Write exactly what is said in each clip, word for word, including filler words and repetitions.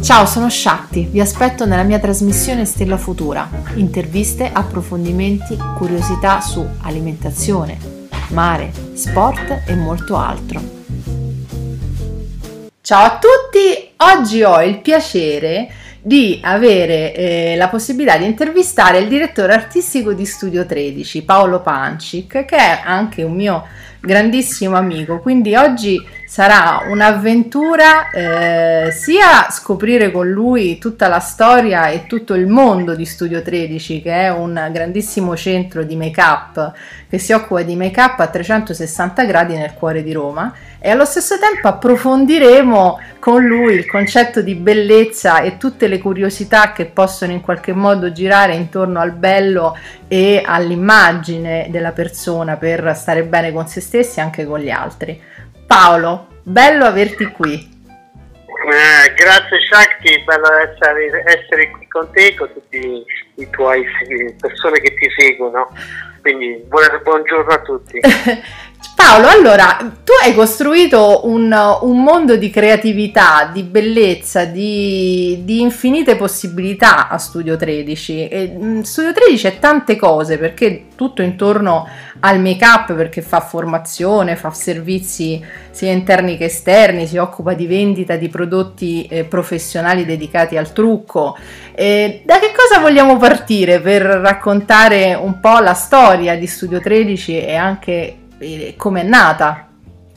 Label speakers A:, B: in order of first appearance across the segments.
A: Ciao, sono Shakti, vi aspetto nella mia trasmissione Stella Futura, interviste, approfondimenti, curiosità su alimentazione, mare, sport e molto altro. Ciao a tutti, oggi ho il piacere di avere eh, la possibilità di intervistare il direttore artistico di Studio tredici, Paolo Pancic, che è anche un mio grandissimo amico, quindi oggi sarà un'avventura eh, sia scoprire con lui tutta la storia e tutto il mondo di Studio tredici, che è un grandissimo centro di make-up che si occupa di make-up a trecentosessanta gradi nel cuore di Roma, e allo stesso tempo approfondiremo con lui il concetto di bellezza e tutte le curiosità che possono in qualche modo girare intorno al bello e all'immagine della persona per stare bene con se stessi e anche con gli altri. Paolo, bello averti qui.
B: Eh, grazie Shakti, bello essere, essere qui con te, con tutte i tuoi persone che ti seguono, quindi buon, buongiorno a tutti.
A: Paolo, allora, tu hai costruito un, un mondo di creatività, di bellezza, di, di infinite possibilità a Studio tredici. E Studio tredici è tante cose, perché tutto intorno al make-up, perché fa formazione, fa servizi sia interni che esterni, si occupa di vendita di prodotti eh, professionali dedicati al trucco. E da che cosa vogliamo partire per raccontare un po' la storia di Studio tredici e anche come è nata?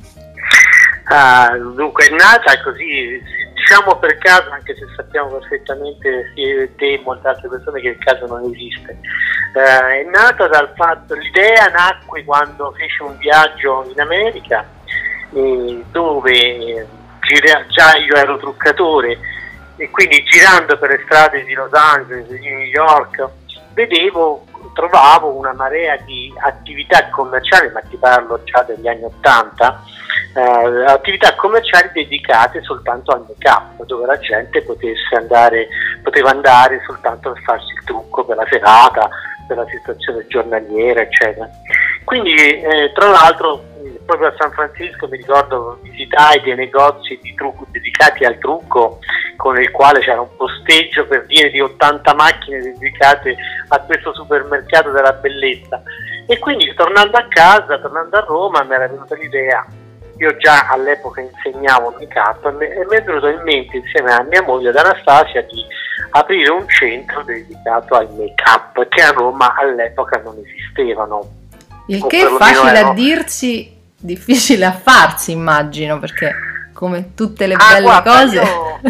B: Uh, dunque è nata così, diciamo per caso, anche se sappiamo perfettamente sia te e molte altre persone che il caso non esiste. Uh, è nata dal fatto, l'idea nacque quando feci un viaggio in America eh, dove gira, già io ero truccatore, e quindi girando per le strade di Los Angeles, di New York, vedevo trovavo una marea di attività commerciali, ma ti parlo già degli anni ottanta, eh, attività commerciali dedicate soltanto al make-up, dove la gente potesse andare, poteva andare soltanto per farsi il trucco per la serata, per la situazione giornaliera, eccetera. Quindi, eh, tra l'altro, proprio a San Francisco mi ricordo visitai dei negozi di trucco dedicati al trucco, con il quale c'era un posteggio per dire di ottanta macchine dedicate a questo supermercato della bellezza. E quindi tornando a casa, tornando a Roma, mi era venuta l'idea, io già all'epoca insegnavo make-up, e mi è venuto in mente insieme a mia moglie, ad Anastasia, di aprire un centro dedicato al make-up, che a Roma all'epoca non esistevano.
A: Il che è facile ero... a dirsi, difficile a farsi, immagino, perché come tutte le
B: ah,
A: belle
B: guarda,
A: cose...
B: Io...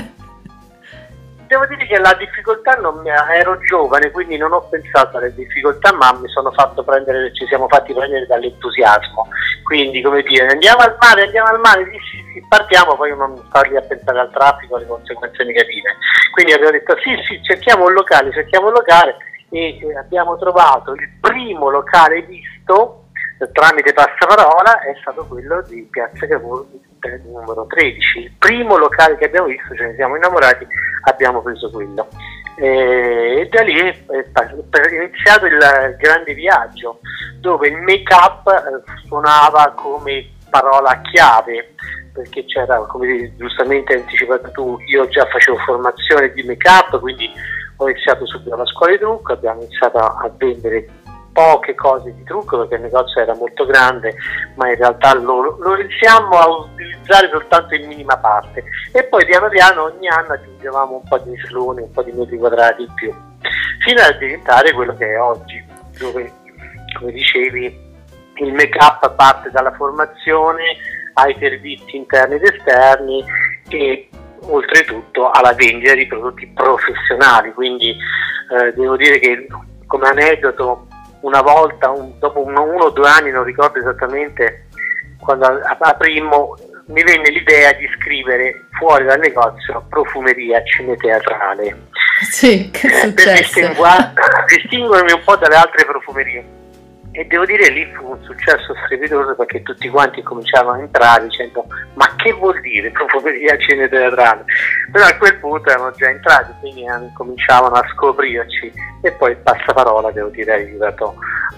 B: Devo dire che la difficoltà non mi ero giovane, quindi non ho pensato alle difficoltà, ma mi sono fatto prendere, ci siamo fatti prendere dall'entusiasmo. Quindi, come dire, andiamo al mare, andiamo al mare, sì, sì, sì, partiamo, poi non starli a pensare al traffico, alle conseguenze negative. Quindi abbiamo detto sì, sì, cerchiamo un locale, cerchiamo un locale, e abbiamo trovato il primo locale visto tramite passaparola, è stato quello di Piazza Cavour numero tredici, il primo locale che abbiamo visto, ce ne siamo innamorati, abbiamo preso quello, e da lì è iniziato il grande viaggio, dove il make-up suonava come parola chiave, perché c'era, come giustamente hai anticipato tu, io già facevo formazione di make-up, quindi ho iniziato subito la scuola di trucco, abbiamo iniziato a vendere poche cose di trucco perché il negozio era molto grande, ma in realtà lo, lo iniziamo a utilizzare soltanto in minima parte, e poi piano piano ogni anno aggiungevamo un po' di misloni, un po' di metri quadrati in più, fino a diventare quello che è oggi, dove, come dicevi, il make-up parte dalla formazione ai servizi interni ed esterni e oltretutto alla vendita di prodotti professionali. Quindi eh, devo dire che, come aneddoto, una volta, un, dopo uno, uno o due anni, non ricordo esattamente, quando aprimmo, mi venne l'idea di scrivere fuori dal negozio profumeria cineteatrale.
A: Sì, che è successo?
B: Per distinguermi un po' dalle altre profumerie. E devo dire, lì fu un successo strepitoso, perché tutti quanti cominciavano a entrare dicendo: ma che vuol dire profumeria cineteatrale? Però a quel punto erano già entrati, quindi cominciavano a scoprirci, e poi il passaparola, devo dire, è aiutato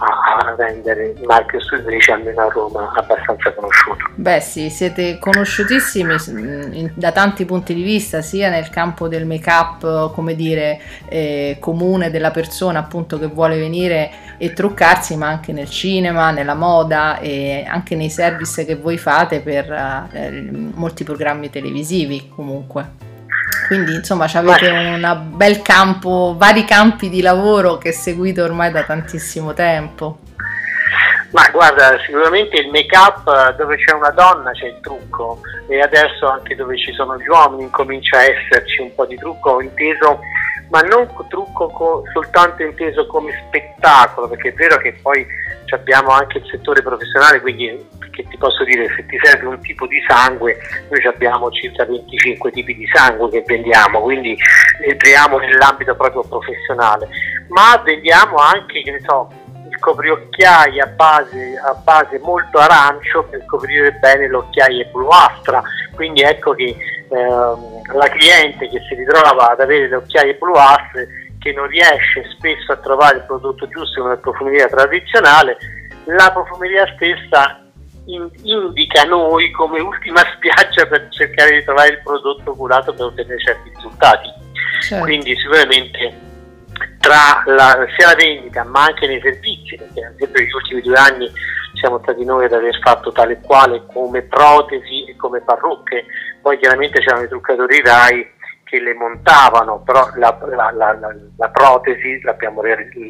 B: a, a vendere il marchio Studio tredici almeno a Roma abbastanza conosciuto.
A: Beh sì, siete conosciutissimi in, da tanti punti di vista, sia nel campo del make-up, come dire, eh, comune della persona appunto che vuole venire e truccarsi, ma anche nel cinema, nella moda e anche nei service che voi fate per eh, molti programmi televisivi comunque. Quindi insomma avete un bel campo, vari campi di lavoro che seguite ormai da tantissimo tempo.
B: Ma guarda, sicuramente il make-up, dove c'è una donna c'è il trucco, e adesso anche dove ci sono gli uomini comincia a esserci un po' di trucco, inteso, ma non trucco co- soltanto inteso come spettacolo, perché è vero che poi abbiamo anche il settore professionale, quindi che ti posso dire, se ti serve un tipo di sangue, noi abbiamo circa venticinque tipi di sangue che vendiamo, quindi entriamo nell'ambito proprio professionale, ma vendiamo anche, che ne so, il copriocchiaie a base, a base molto arancio per coprire bene le occhiaie bluastra, quindi ecco che ehm, la cliente che si ritrova ad avere le occhiaie bluastre, che non riesce spesso a trovare il prodotto giusto in una profumeria tradizionale, la profumeria stessa in, indica noi come ultima spiaggia per cercare di trovare il prodotto curato per ottenere certi risultati. Certo. Quindi sicuramente tra la, sia la vendita ma anche nei servizi, perché ad esempio negli ultimi due anni siamo stati noi ad aver fatto tale e quale come protesi e come parrucche, poi chiaramente c'erano i truccatori Rai che le montavano, però la, la, la, la, la protesi l'abbiamo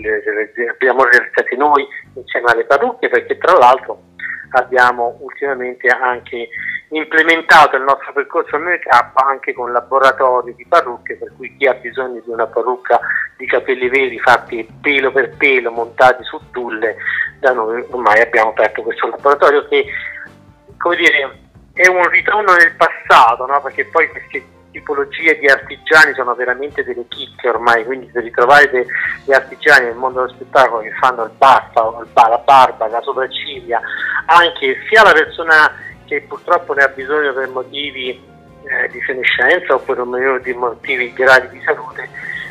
B: realizzata noi insieme alle parrucche, perché tra l'altro abbiamo ultimamente anche implementato il nostro percorso make-up anche con laboratori di parrucche, per cui chi ha bisogno di una parrucca di capelli veri fatti pelo per pelo montati su tulle, da noi ormai abbiamo aperto questo laboratorio che, come dire, è un ritorno nel passato, no? Perché poi queste tipologie di artigiani sono veramente delle chicche ormai, quindi se ritrovare degli artigiani nel mondo dello spettacolo che fanno il baffa, la barba, la sopracciglia, anche sia la persona che purtroppo ne ha bisogno per motivi eh, di senescenza oppure per motivi gravi di salute,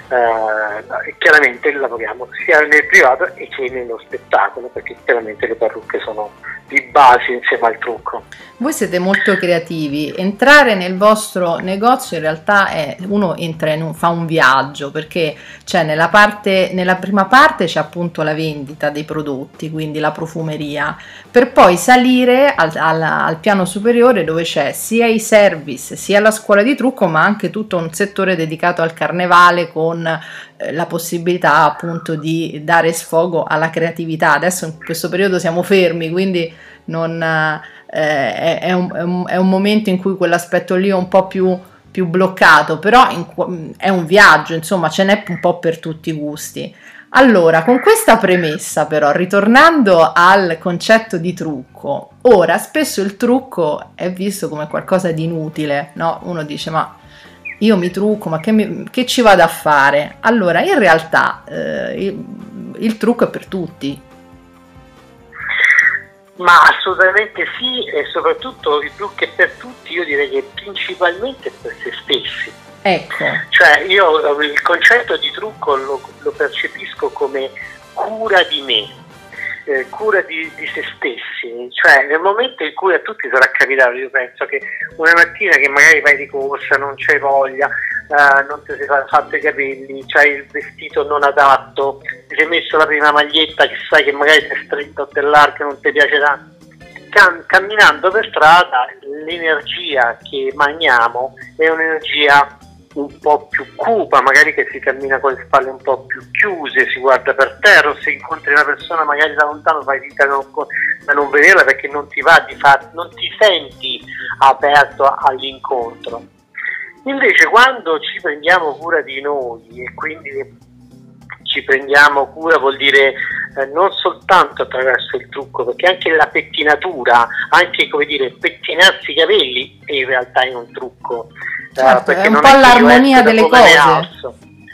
B: eh, chiaramente lavoriamo sia nel privato e che nello spettacolo, perché chiaramente le parrucche sono di base insieme al trucco.
A: Voi siete molto creativi, entrare nel vostro negozio in realtà è, uno entra in un, fa un viaggio, perché c'è nella parte, nella prima parte c'è appunto la vendita dei prodotti, quindi la profumeria, per poi salire al, al, al piano superiore dove c'è sia i service sia la scuola di trucco, ma anche tutto un settore dedicato al carnevale con eh, la possibilità appunto di dare sfogo alla creatività. Adesso in questo periodo siamo fermi, quindi non, eh, è, è, un, è, un, è un momento in cui quell'aspetto lì è un po' più, più bloccato, però in, è un viaggio, insomma ce n'è un po' per tutti i gusti. Allora, con questa premessa però, ritornando al concetto di trucco, ora spesso il trucco è visto come qualcosa di inutile, no? Uno dice ma io mi trucco, ma che, mi, che ci vado a fare? Allora, in realtà eh, il, il trucco è per tutti.
B: Ma assolutamente sì, e soprattutto il trucco è per tutti, io direi che principalmente per se stessi.
A: Ecco.
B: Cioè io il concetto di trucco lo, lo percepisco come cura di me, eh, cura di, di se stessi, cioè nel momento in cui a tutti sarà capitato, io penso che una mattina che magari vai di corsa, non c'hai voglia, eh, non ti sei fatto i capelli, c'hai il vestito non adatto, ti sei messo la prima maglietta che sai che magari sei stretto o larga, non ti piace tanto, Cam- camminando per strada l'energia che maniamo è un'energia un po' più cupa, magari che si cammina con le spalle un po' più chiuse, si guarda per terra, o se incontri una persona magari da lontano fai finta da non, da non vederla perché non ti va di far, non ti senti aperto all'incontro. Invece quando ci prendiamo cura di noi, e quindi ci prendiamo cura vuol dire eh, non soltanto attraverso il trucco, perché anche la pettinatura, anche come dire pettinarsi i capelli in realtà è un trucco.
A: Certo,
B: Uh,
A: è un po' l'armonia delle cose.
B: Sì,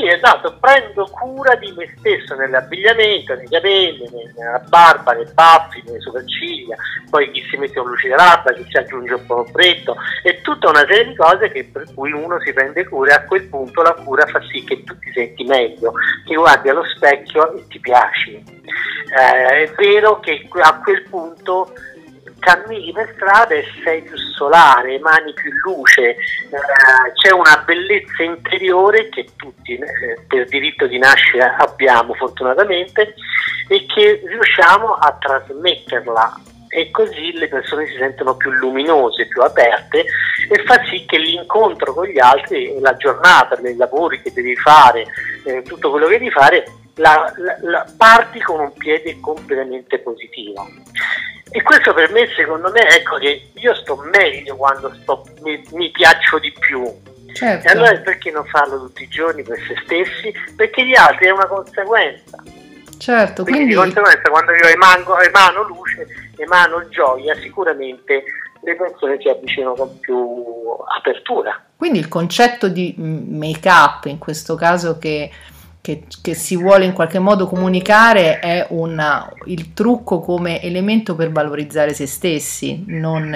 B: esatto, prendo cura di me stesso nell'abbigliamento, nei capelli, nella barba, nei baffi, nelle sopracciglia, poi chi si mette un lucidalabbra, chi si aggiunge un po' ombretto, e tutta una serie di cose che, per cui uno si prende cura, e a quel punto la cura fa sì che tu ti senti meglio, ti guardi allo specchio e ti piaci. Eh, è vero che a quel punto cammini per strada e sei più solare, mani più luce, eh, c'è una bellezza interiore che tutti eh, per diritto di nascere abbiamo fortunatamente, e che riusciamo a trasmetterla, e così le persone si sentono più luminose, più aperte, e fa sì che l'incontro con gli altri, la giornata, i lavori che devi fare, eh, tutto quello che devi fare, la, la, la parti con un piede completamente positivo. E questo per me, secondo me, ecco che io sto meglio quando sto, mi, mi piaccio di più.
A: Certo.
B: E allora perché non farlo tutti i giorni per se stessi? Perché gli altri è una conseguenza.
A: Certo,
B: quindi,
A: quindi
B: di conseguenza quando io emano, emano luce, emano gioia, sicuramente le persone si avvicinano con più apertura.
A: Quindi il concetto di make up, in questo caso che Che, che si vuole in qualche modo comunicare, è una, il trucco come elemento per valorizzare se stessi, non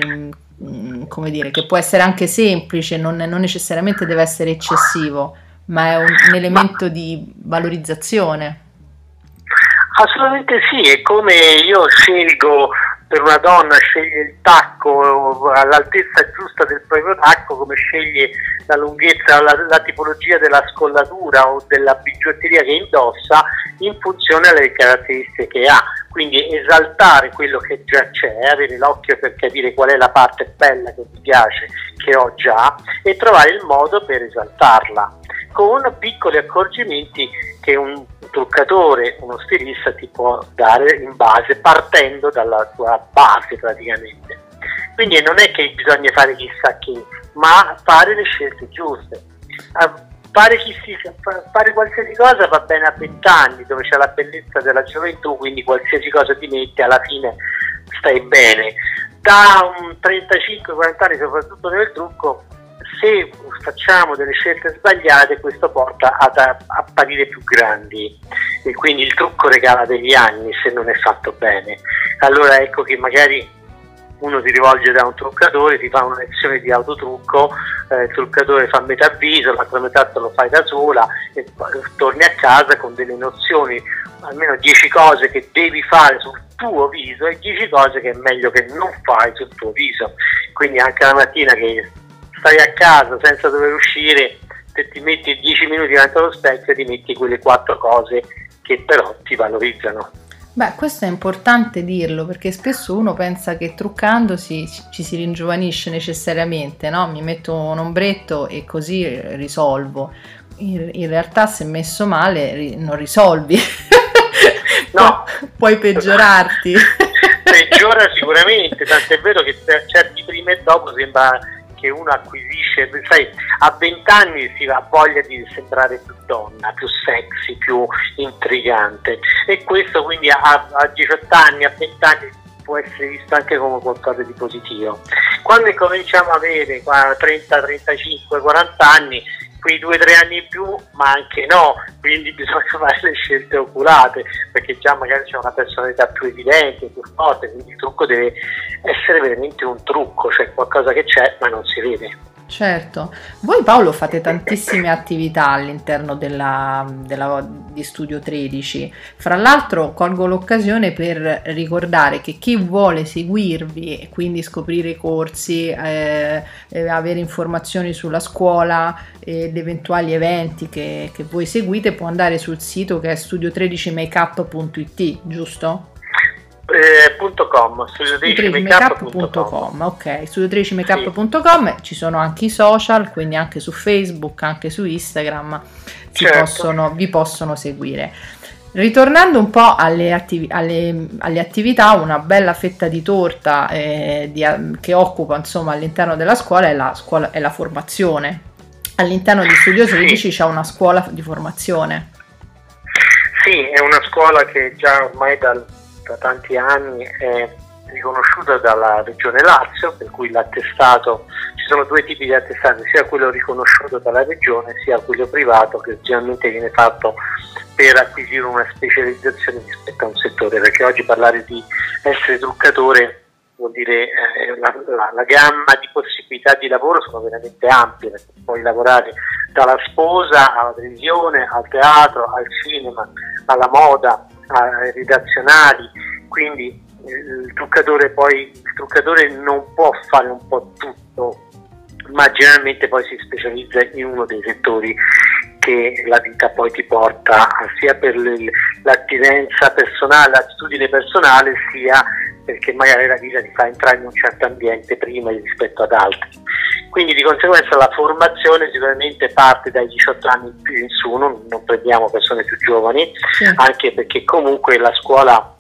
A: um, come dire, che può essere anche semplice, non, non necessariamente deve essere eccessivo, ma è un, un elemento ma, di valorizzazione.
B: Assolutamente sì, è come io scelgo, per una donna sceglie il tacco all'altezza giusta del proprio tacco, come sceglie la lunghezza, la, la tipologia della scollatura o della bigiotteria che indossa in funzione alle caratteristiche che ha. Quindi esaltare quello che già c'è, avere l'occhio per capire qual è la parte bella che mi piace, che ho già, e trovare il modo per esaltarla, con piccoli accorgimenti che un truccatore, uno stilista ti può dare in base, partendo dalla tua base praticamente. Quindi non è che bisogna fare chissà che, ma fare le scelte giuste. Fare, chi si, fare qualsiasi cosa va bene a venti anni, dove c'è la bellezza della gioventù, quindi qualsiasi cosa ti metti alla fine stai bene. Da un trentacinque quaranta anni, soprattutto nel trucco, se facciamo delle scelte sbagliate, questo porta ad apparire più grandi, e quindi il trucco regala degli anni se non è fatto bene. Allora ecco che magari uno si rivolge da un truccatore, ti fa una lezione di autotrucco, eh, il truccatore fa metà viso, l'altra metà te lo fai da sola, e torni a casa con delle nozioni, almeno dieci cose che devi fare sul tuo viso e dieci cose che è meglio che non fai sul tuo viso. Quindi anche la mattina che stai a casa senza dover uscire, se ti metti dieci minuti davanti allo specchio, ti metti quelle quattro cose che però ti valorizzano.
A: Beh, questo è importante dirlo, perché spesso uno pensa che truccandosi ci si ringiovanisce necessariamente, no? Mi metto un ombretto e così risolvo. In, in realtà, se messo male, ri, non risolvi.
B: No,
A: puoi peggiorarti.
B: Peggiora sicuramente, tant'è vero che per certi prima e dopo sembra che uno acquisisce, sai, a venti anni si ha voglia di sembrare più donna, più sexy, più intrigante, e questo quindi a, a diciotto anni, a venti anni può essere visto anche come qualcosa di positivo. Quando cominciamo a avere trenta, trentacinque, quaranta anni, quei due o tre anni in più, ma anche no, quindi bisogna fare le scelte oculate, perché già magari c'è una personalità più evidente, più forte, quindi il trucco deve essere veramente un trucco, cioè qualcosa che c'è ma non si vede.
A: Certo. Voi, Paolo, fate tantissime attività all'interno della, della, di Studio tredici. Fra l'altro colgo l'occasione per ricordare che chi vuole seguirvi e quindi scoprire i corsi, eh, eh, avere informazioni sulla scuola ed eventuali eventi che, che voi seguite, può andare sul sito che è studio tredici makeup punto it, giusto?
B: Eh, .com, studio tredici makeup punto com.
A: Ok, studio tredici makeup punto com, sì. Ci sono anche i social, quindi anche su Facebook, anche su Instagram si certo. possono, vi possono seguire. Ritornando un po' alle, attiv- alle, alle attività, una bella fetta di torta eh, di, che occupa insomma all'interno della scuola è la, scuola, è la formazione. All'interno di Studio tredici sì. c'è una scuola di formazione.
B: Sì, è una scuola che già ormai dal da tanti anni è, riconosciuta dalla Regione Lazio, per cui l'attestato, ci sono due tipi di attestato, sia quello riconosciuto dalla Regione sia quello privato, che generalmente viene fatto per acquisire una specializzazione rispetto a un settore, perché oggi parlare di essere truccatore vuol dire eh, la, la, la gamma di possibilità di lavoro sono veramente ampie, perché puoi lavorare dalla sposa alla televisione, al teatro, al cinema, alla moda, ai redazionali, quindi il truccatore poi il truccatore non può fare un po' tutto, ma generalmente poi si specializza in uno dei settori che la vita poi ti porta, sia per l'attinenza personale, l'attitudine personale, sia perché magari la vita ti fa entrare in un certo ambiente prima rispetto ad altri. Quindi di conseguenza la formazione sicuramente parte dai diciotto anni in più in su, non, non prendiamo persone più giovani, sì. Anche perché comunque la scuola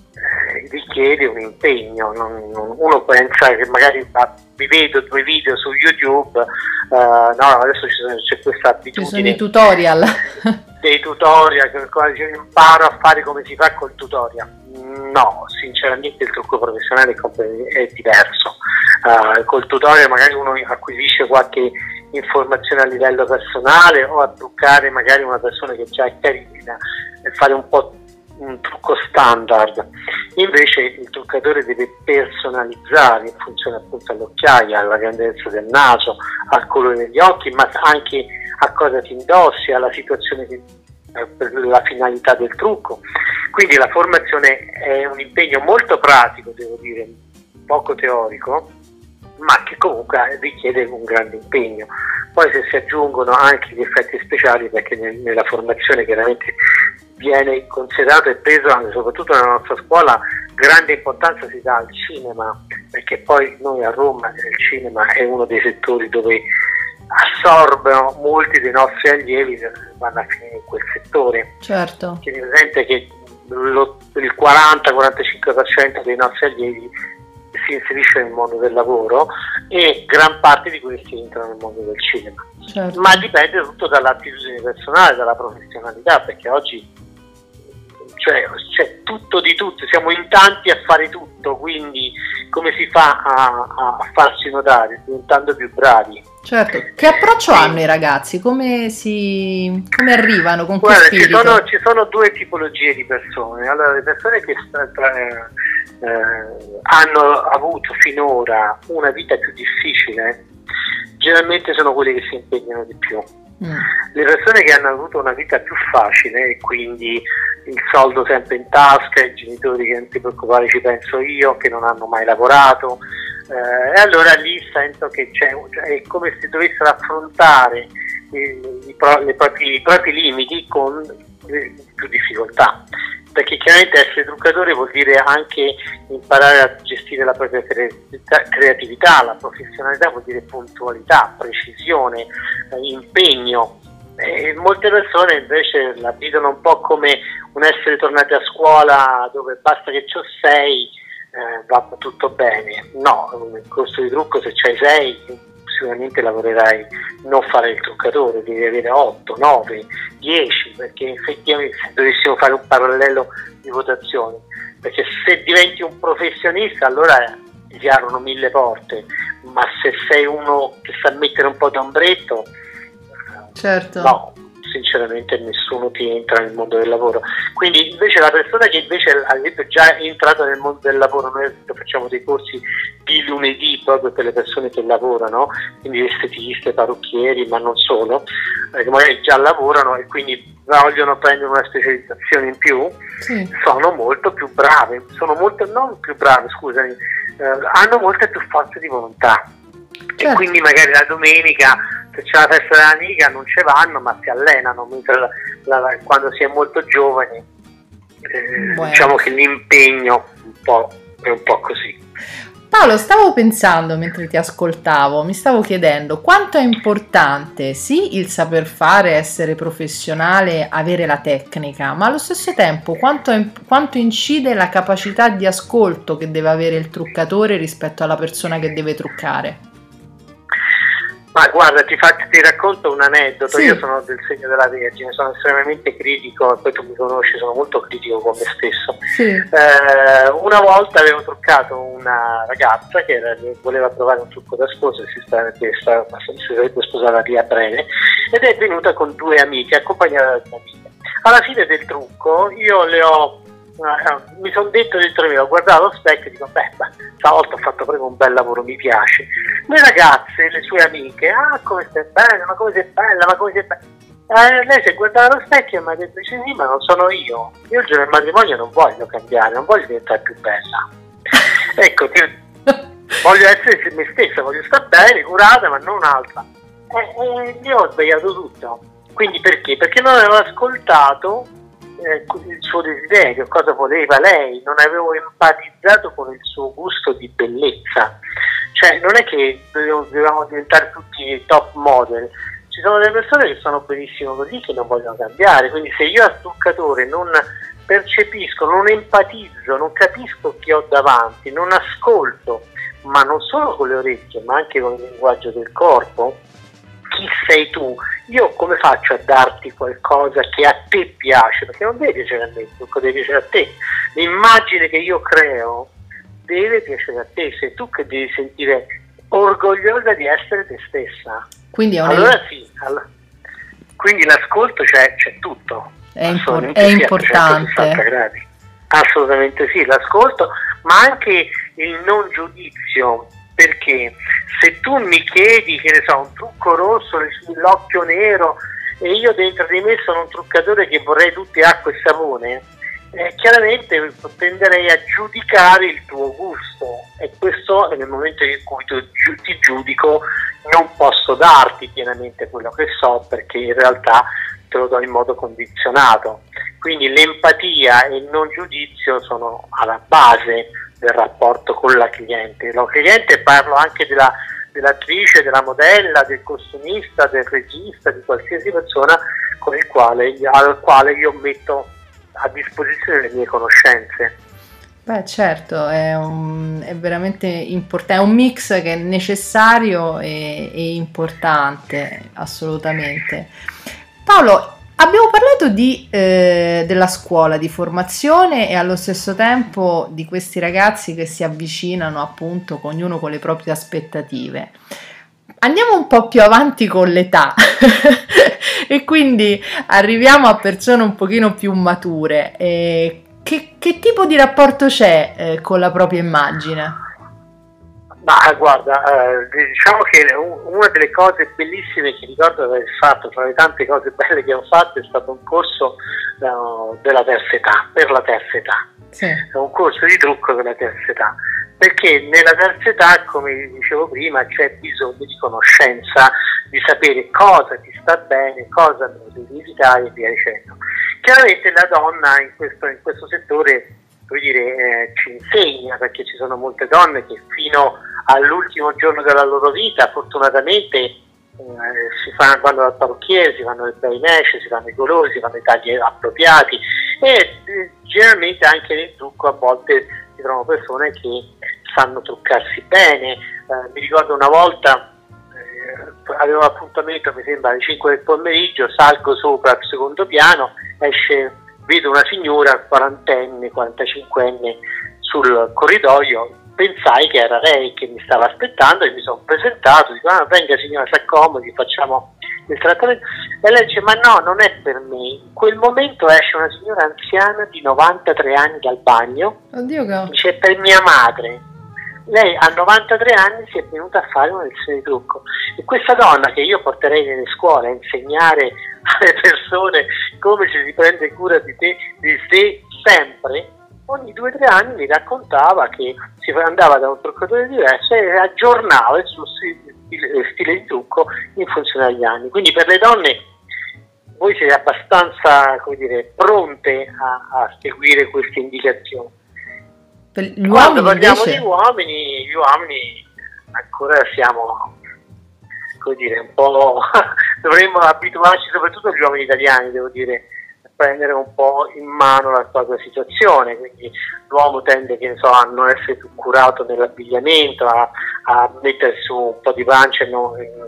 B: eh, richiede un impegno, non, non, uno pensa che magari ah, vi vedo due video su YouTube, uh, no, adesso c'è questa abitudine.
A: Ci sono i tutorial.
B: Dei tutorial, che imparo a fare come si fa col tutorial. No, sinceramente il trucco professionale è diverso. Uh, col tutorial magari uno acquisisce qualche informazione a livello personale, o a truccare magari una persona che già è carina e fare un po' un trucco standard. Invece il truccatore deve personalizzare in funzione appunto all'occhiaia, alla grandezza del naso, al colore degli occhi, ma anche a cosa ti indossi, alla situazione che, per la finalità del trucco. Quindi la formazione è un impegno molto pratico, devo dire, poco teorico, ma che comunque richiede un grande impegno. Poi se si aggiungono anche gli effetti speciali, perché nel, nella formazione chiaramente viene considerato e preso anche, soprattutto nella nostra scuola, grande importanza si dà al cinema, perché poi noi a Roma il cinema è uno dei settori dove assorbono molti dei nostri allievi, vanno a finire in quel settore.
A: Certo.
B: Tieni presente che lo, il quaranta quarantacinque per cento dei nostri allievi si inserisce nel mondo del lavoro e gran parte di questi entrano nel mondo del cinema.
A: Certo.
B: Ma dipende tutto dall'attitudine personale, dalla professionalità, perché oggi cioè, c'è tutto di tutto, siamo in tanti a fare tutto, quindi come si fa a, a farsi notare diventando più bravi?
A: Certo, che approccio hanno i ragazzi? Come, si, come arrivano? Con
B: Guarda,
A: che spirito?
B: Ci sono, ci sono due tipologie di persone. Allora, le persone che eh, eh, hanno avuto finora una vita più difficile, generalmente sono quelle che si impegnano di più. Mm. Le persone che hanno avuto una vita più facile, e quindi il soldo sempre in tasca, i genitori che non ti preoccupare ci penso io, che non hanno mai lavorato, eh, e allora lì sento che c'è, cioè, è come se dovessero affrontare i, i, pro, le propri, i propri limiti con eh, più difficoltà, perché chiaramente essere truccatore vuol dire anche imparare a gestire la propria creatività, la professionalità vuol dire puntualità, precisione, eh, impegno. E molte persone invece la vedono un po' come un essere tornati a scuola dove basta che c'ho sei, eh, va tutto bene. No, nel corso di trucco se c'hai sei sicuramente lavorerai, non fare il truccatore, devi avere otto, nove, dieci, perché effettivamente se dovessimo fare un parallelo di votazioni, perché se diventi un professionista allora ti aprono mille porte, ma se sei uno che sa mettere un po' d'ombretto,
A: certo,
B: no, sinceramente nessuno ti entra nel mondo del lavoro. Quindi invece la persona che invece ad esempio già è entrata nel mondo del lavoro, noi facciamo dei corsi di lunedì proprio per le persone che lavorano, quindi estetiste, parrucchieri, ma non solo, eh, che magari già lavorano e quindi vogliono prendere una specializzazione in più,
A: sì,
B: sono molto più brave, sono molto, non più brave, scusami, eh, hanno molte più forze di volontà. Certo. E quindi magari la domenica, se c'è la festa dell'amica, non ci vanno ma si allenano, mentre la, la, quando si è molto giovani eh, diciamo che l'impegno un po' è un po' così.
A: Paolo, stavo pensando mentre ti ascoltavo, mi stavo chiedendo quanto è importante sì il saper fare, essere professionale, avere la tecnica, ma allo stesso tempo quanto, è, quanto incide la capacità di ascolto che deve avere il truccatore rispetto alla persona che deve truccare.
B: Ma guarda, ti, faccio, ti racconto un aneddoto.
A: Sì.
B: Io sono del segno della Vergine, sono estremamente critico, poi tu mi conosci, sono molto critico con me stesso.
A: Sì.
B: Eh, una volta avevo truccato una ragazza che era, voleva provare un trucco da sposa e si sarebbe, si sarebbe sposata lì a breve, ed è venuta con due amiche, accompagnata da due amiche. Alla fine del trucco io le ho Uh, mi sono detto dentro me, ho guardato allo specchio e dico, beh, stavolta ho fatto proprio un bel lavoro, mi piace. Le ragazze, le sue amiche, ah, come sei bella, ma come sei bella, ma come sei bella. Eh, lei si è guardata allo specchio e mi ha detto, sì, sì, ma non sono io. Io il giorno del matrimonio non voglio cambiare, non voglio diventare più bella. Ecco, voglio essere me stessa, voglio stare bene, curata, ma non altra. E eh, io ho sbagliato tutto. Quindi perché? Perché non avevo ascoltato il suo desiderio, cosa voleva lei, non avevo empatizzato con il suo gusto di bellezza. Cioè non è che dovevamo diventare tutti top model, ci sono delle persone che sono benissimo così, che non vogliono cambiare. Quindi se io al truccatore non percepisco, non empatizzo, non capisco chi ho davanti, non ascolto, ma non solo con le orecchie ma anche con il linguaggio del corpo, chi sei tu? Io come faccio a darti qualcosa che a te piace? Perché non deve piacere a me, deve piacere a te. L'immagine che io creo deve piacere a te, sei tu che devi sentire orgogliosa di essere te stessa.
A: Quindi è un...
B: Allora sì, allora, quindi l'ascolto c'è, c'è tutto.
A: È, impor- è importante.
B: Gradi. Assolutamente sì, l'ascolto, ma anche il non giudizio. Perché se tu mi chiedi, che ne so, un trucco rosso, l'occhio nero, e io dentro di me sono un truccatore che vorrei tutti acqua e sapone, eh, chiaramente tenderei a giudicare il tuo gusto, e questo nel momento in cui tu, ti giudico non posso darti pienamente quello che so, perché in realtà te lo do in modo condizionato. Quindi l'empatia e il non giudizio sono alla base del rapporto con la cliente. La cliente, parlo anche della, dell'attrice, della modella, del costumista, del regista, di qualsiasi persona con il quale, al quale io metto a disposizione le mie conoscenze.
A: Beh, certo, è, un, è veramente importante, è un mix che è necessario e, e importante, assolutamente. Paolo, abbiamo parlato di, eh, della scuola di formazione e allo stesso tempo di questi ragazzi che si avvicinano, appunto, ognuno con le proprie aspettative. Andiamo un po' più avanti con l'età e quindi arriviamo a persone un pochino più mature. Eh, che, che tipo di rapporto c'è eh, con la propria immagine?
B: Ma guarda, eh, diciamo che una delle cose bellissime che ricordo di aver fatto, tra le tante cose belle che ho fatto, è stato un corso uh, della terza età, per la terza età.
A: Sì.
B: È un corso di trucco per la terza età, perché nella terza età, come dicevo prima, c'è bisogno di conoscenza, di sapere cosa ti sta bene, cosa devi evitare e via dicendo. Chiaramente la donna in questo, in questo settore, vuol dire, eh, ci insegna, perché ci sono molte donne che fino all'ultimo giorno della loro vita fortunatamente eh, si fanno, vanno dal parrucchiere, si fanno le bei mesce, si fanno i colori, si fanno i tagli appropriati, e eh, generalmente anche nel trucco a volte si trovano persone che sanno truccarsi bene. Eh, mi ricordo una volta eh, avevo un appuntamento, mi sembra alle cinque del pomeriggio, salgo sopra al secondo piano, esce, vedo una signora quarantenne, quarantacinquenne sul corridoio. Pensai che era lei che mi stava aspettando e mi sono presentato, dico, ah, venga signora, si accomodi, facciamo il trattamento. E lei dice, ma no, non è per me. In quel momento esce una signora anziana di novantatré anni dal bagno.
A: Oddio che...
B: dice, è per mia madre. Lei a novantatré anni si è venuta a fare una lezione di trucco, e questa donna, che io porterei nelle scuole a insegnare alle persone come ci si prende cura di te, di sé sempre, ogni due o tre anni mi raccontava che si andava da un truccatore diverso e aggiornava il suo stile, stile di trucco in funzione agli anni. Quindi per le donne voi siete abbastanza, come dire, pronte a, a seguire queste indicazioni.
A: Per gli
B: Quando
A: uomini
B: parliamo
A: invece...
B: di uomini, gli uomini ancora siamo, come dire, un po' dovremmo abituarci, soprattutto gli uomini italiani, devo dire, prendere un po' in mano la propria situazione. Quindi l'uomo tende, che ne so, a non essere più curato nell'abbigliamento, a, a mettere su un po' di pancia e non,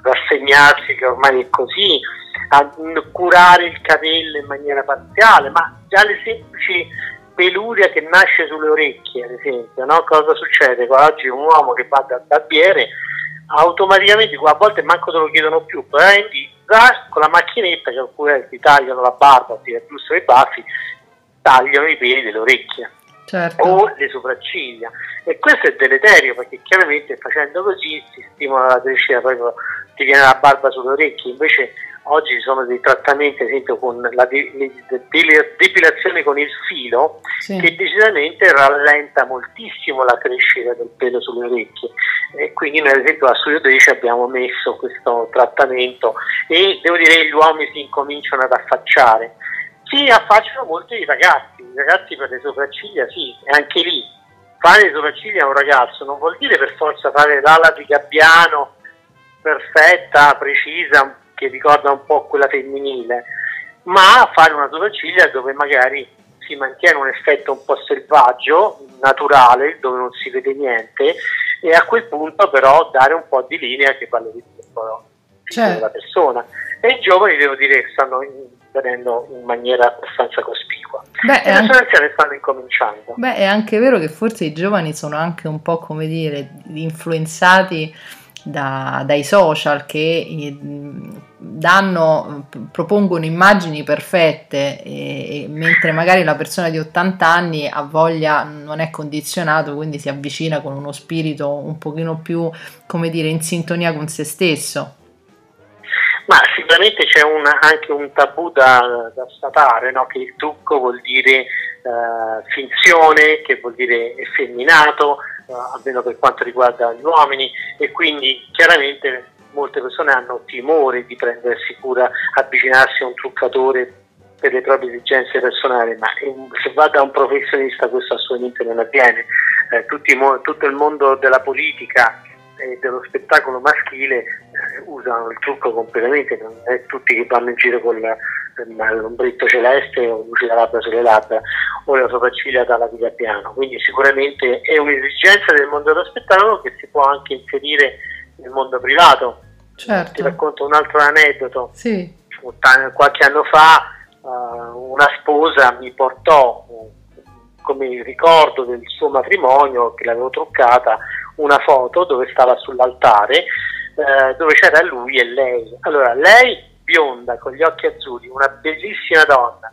B: rassegnarsi che ormai è così, a curare il capello in maniera parziale, ma già le semplici peluria che nasce sulle orecchie, ad esempio, no? Cosa succede? Oggi un uomo che va dal barbiere, automaticamente, a volte manco te lo chiedono più, prendi con la macchinetta che alcune ti tagliano la barba, ti aggiustano i baffi, tagliano i peli delle orecchie.
A: Certo.
B: O le sopracciglia, e questo è deleterio perché chiaramente facendo così si stimola la crescita, proprio ti viene la barba sulle orecchie. Invece oggi ci sono dei trattamenti, ad esempio con la depilazione con il filo, sì, che decisamente rallenta moltissimo la crescita del pelo sulle orecchie, e quindi noi ad esempio a Studio tredici abbiamo messo questo trattamento e devo dire che gli uomini si incominciano ad affacciare. Si affacciano molto i ragazzi, i ragazzi per le sopracciglia, sì, e anche lì fare le sopracciglia a un ragazzo non vuol dire per forza fare l'ala di gabbiano perfetta, precisa, che ricorda un po' quella femminile, ma fare una sopracciglia dove magari si mantiene un effetto un po' selvaggio, naturale, dove non si vede niente, e a quel punto però dare un po' di linea che valorizza un po'
A: certo.
B: la persona. E i giovani devo dire che stanno venendo in maniera abbastanza cospicua. Beh, e le persone anziane stanno incominciando.
A: Beh, è anche vero che forse i giovani sono anche un po', come dire, influenzati da, dai social che danno, propongono immagini perfette, e, e mentre magari la persona di ottanta anni ha voglia, non è condizionato, quindi si avvicina con uno spirito un pochino più, come dire, in sintonia con se stesso.
B: Ma sicuramente c'è un, anche un tabù da, da sfatare, no? Che il trucco vuol dire eh, finzione, che vuol dire effeminato, eh, almeno per quanto riguarda gli uomini, e quindi chiaramente molte persone hanno timore di prendersi cura, avvicinarsi a un truccatore per le proprie esigenze personali, ma se va da un professionista questo assolutamente non avviene. Eh, tutti, tutto il mondo della politica e dello spettacolo maschile eh, usano il trucco completamente, non è tutti che vanno in giro con l'ombretto celeste o luce da labbra sulle labbra o la sopracciglia dalla vita piano, quindi sicuramente è un'esigenza del mondo dello spettacolo che si può anche inserire nel mondo privato.
A: Certo.
B: Ti racconto un altro aneddoto.
A: Sì.
B: Qualche anno fa uh, una sposa mi portò come ricordo del suo matrimonio, che l'avevo truccata, una foto dove stava sull'altare, eh, dove c'era lui e lei. Allora, lei bionda, con gli occhi azzurri, una bellissima donna,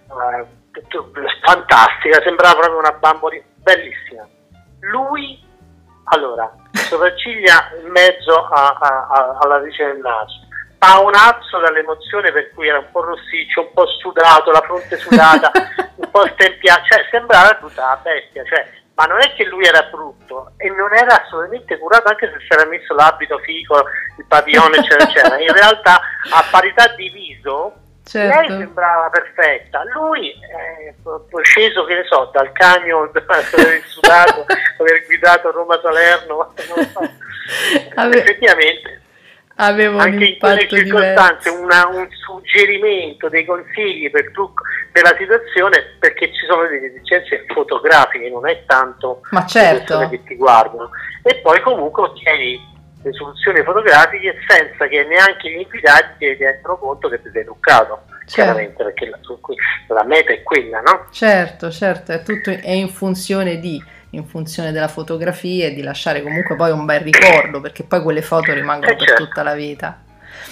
B: eh, fantastica, sembrava proprio una bambolina, bellissima. Lui, allora, sopracciglia in mezzo a, a, a, alla radice del naso, paonazzo dall'emozione per cui era un po' rossiccio, un po' sudato, la fronte sudata, un po' stempiato, cioè sembrava tutta una bestia, cioè, ma non è che lui era brutto e non era assolutamente curato, anche se si era messo l'abito fico, il padiglione eccetera eccetera, in realtà a parità di viso certo. Lei sembrava perfetta, lui è sceso, che ne so, dal camion, aver sudato, aver guidato Roma-Salerno, non so. Ave... effettivamente
A: avevo
B: anche in quelle circostanze una, un suggerimento, dei consigli per, tu, per la situazione, perché ci sono delle esigenze fotografiche, non è tanto
A: ma certo.
B: le persone che ti guardano, e poi comunque ottieni le soluzioni fotografiche senza che neanche gli invitati si rendano conto che ti sei truccato, certo. Chiaramente, perché la, la meta è quella, no?
A: Certo, certo, è tutto è in funzione di in funzione della fotografia e di lasciare comunque poi un bel ricordo, perché poi quelle foto rimangono eh per certo. tutta la vita.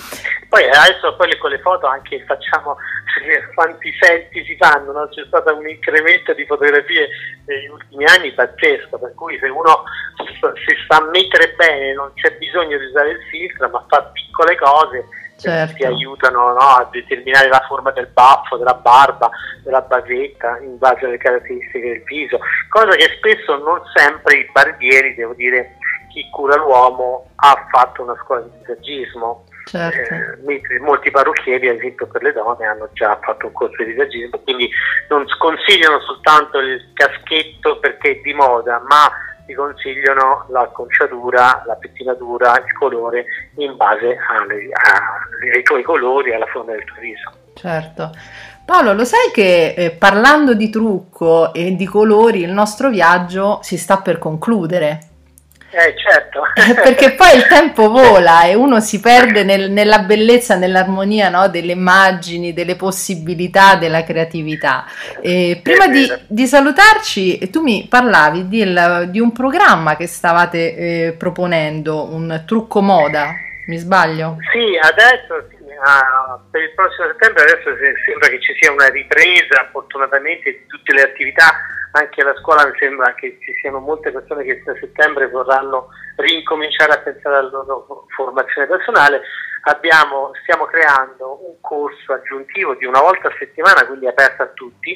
B: Poi adesso poi con le foto anche facciamo quanti selfie si fanno, no? C'è stato un incremento di fotografie negli ultimi anni pazzesco, per cui se uno si sa mettere bene non c'è bisogno di usare il filtro, ma fa piccole cose certo. che ti aiutano, no? A determinare la forma del baffo, della barba, della baghetta in base alle caratteristiche del viso, cosa che spesso non sempre i barbieri, devo dire, chi cura l'uomo ha fatto una scuola di visagismo.
A: Certo.
B: Eh, mentre molti parrucchieri, ad esempio per le donne, hanno già fatto un corso di visagismo, quindi non sconsigliano soltanto il caschetto perché è di moda, ma ti consigliano l'acconciatura, la pettinatura, il colore in base alle, alle, ai tuoi colori e alla forma del tuo viso.
A: Certo. Paolo, lo sai che eh, parlando di trucco e di colori il nostro viaggio si sta per concludere?
B: Eh, certo.
A: Perché poi il tempo vola e uno si perde nel, nella bellezza, nell'armonia, no? Delle immagini, delle possibilità, della creatività. E prima di, di salutarci, tu mi parlavi di, il, di un programma che stavate eh, proponendo, un trucco moda, mi sbaglio?
B: Sì, adesso ah, per il prossimo settembre adesso sembra che ci sia una ripresa, fortunatamente, di tutte le attività. Anche alla scuola mi sembra che ci siano molte persone che a settembre vorranno rincominciare a pensare alla loro formazione personale. Abbiamo, stiamo creando un corso aggiuntivo di una volta a settimana, quindi aperto a tutti,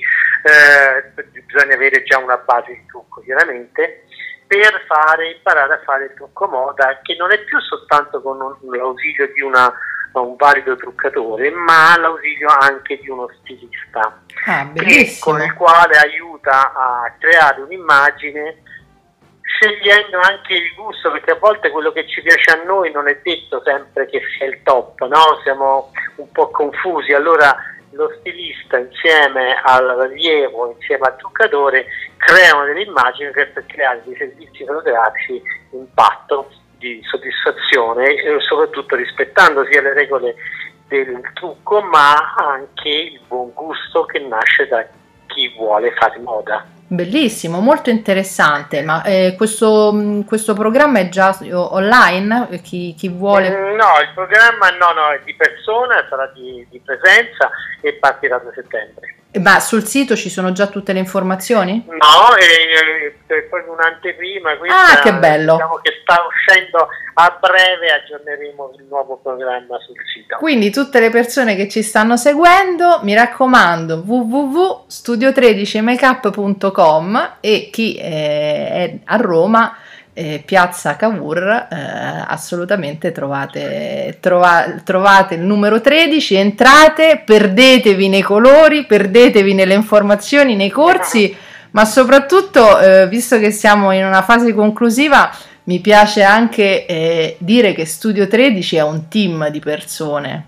B: eh, bisogna avere già una base di trucco chiaramente, per fare, imparare a fare il trucco moda, che non è più soltanto con un, l'ausilio di una, un valido truccatore, ma l'ausilio anche di uno stilista,
A: ah,
B: che, con il quale aiuta a creare un'immagine scegliendo anche il gusto, perché a volte quello che ci piace a noi non è detto sempre che sia il top, no? Siamo un po' confusi, allora lo stilista insieme al rilievo, insieme al truccatore, creano delle immagini per creare dei servizi fotografici di impatto, di soddisfazione e soprattutto rispettando sia le regole del trucco ma anche il buon gusto che nasce da chi vuole fare moda.
A: Bellissimo, molto interessante, ma eh, questo, questo programma è già online? Chi, chi vuole?
B: Mm, no, il programma no, no, è di persona, sarà di, di presenza e partirà da settembre.
A: Ma sul sito ci sono già tutte le informazioni?
B: No, è, è proprio un'anteprima, quindi
A: ah, che bello.
B: Diciamo che sta uscendo a breve, aggiorneremo il nuovo programma sul sito.
A: Quindi tutte le persone che ci stanno seguendo, mi raccomando, w w w punto studio tredici makeup punto com, e chi è a Roma, eh, Piazza Cavour, eh, assolutamente trovate, trova, trovate il numero tredici, entrate, perdetevi nei colori, perdetevi nelle informazioni, nei corsi, ma soprattutto, eh, visto che siamo in una fase conclusiva, mi piace anche eh, dire che Studio tredici è un team di persone.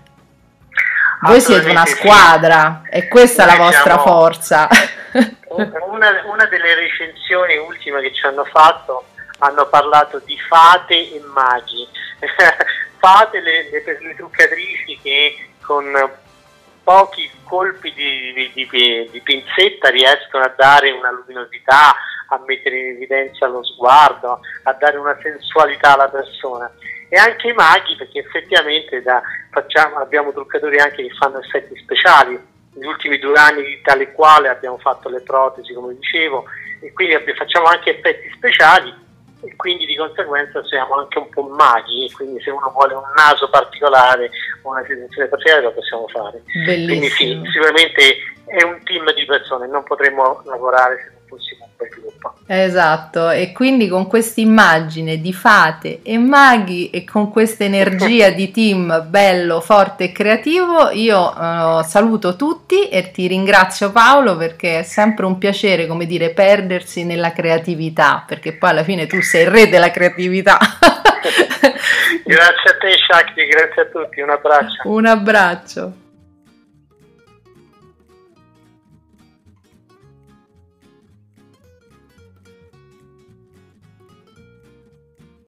A: Voi siete una squadra, sì. E questa è la vostra siamo... forza.
B: Una, una delle recensioni ultime che ci hanno fatto hanno parlato di fate e maghi. Fate, le, le, le truccatrici che con pochi colpi di, di, di, di pinzetta riescono a dare una luminosità, a mettere in evidenza lo sguardo, a dare una sensualità alla persona. E anche i maghi, perché effettivamente da, facciamo, abbiamo truccatori anche che fanno effetti speciali. Negli ultimi due anni di tale quale abbiamo fatto le protesi, come dicevo, e quindi facciamo anche effetti speciali, e quindi di conseguenza siamo anche un po' maghi, e quindi se uno vuole un naso particolare o una situazione particolare lo possiamo fare.
A: Bellissimo.
B: Quindi sì, sicuramente è un team di persone, non potremmo lavorare se non fossimo un bel gruppo.
A: Esatto, e quindi con questa immagine di fate e maghi e con questa energia di team bello, forte e creativo, io uh, saluto tutti e ti ringrazio, Paolo, perché è sempre un piacere, come dire, perdersi nella creatività, perché poi alla fine tu sei il re della creatività.
B: Grazie a te, Shakti, grazie a tutti, un abbraccio.
A: Un abbraccio.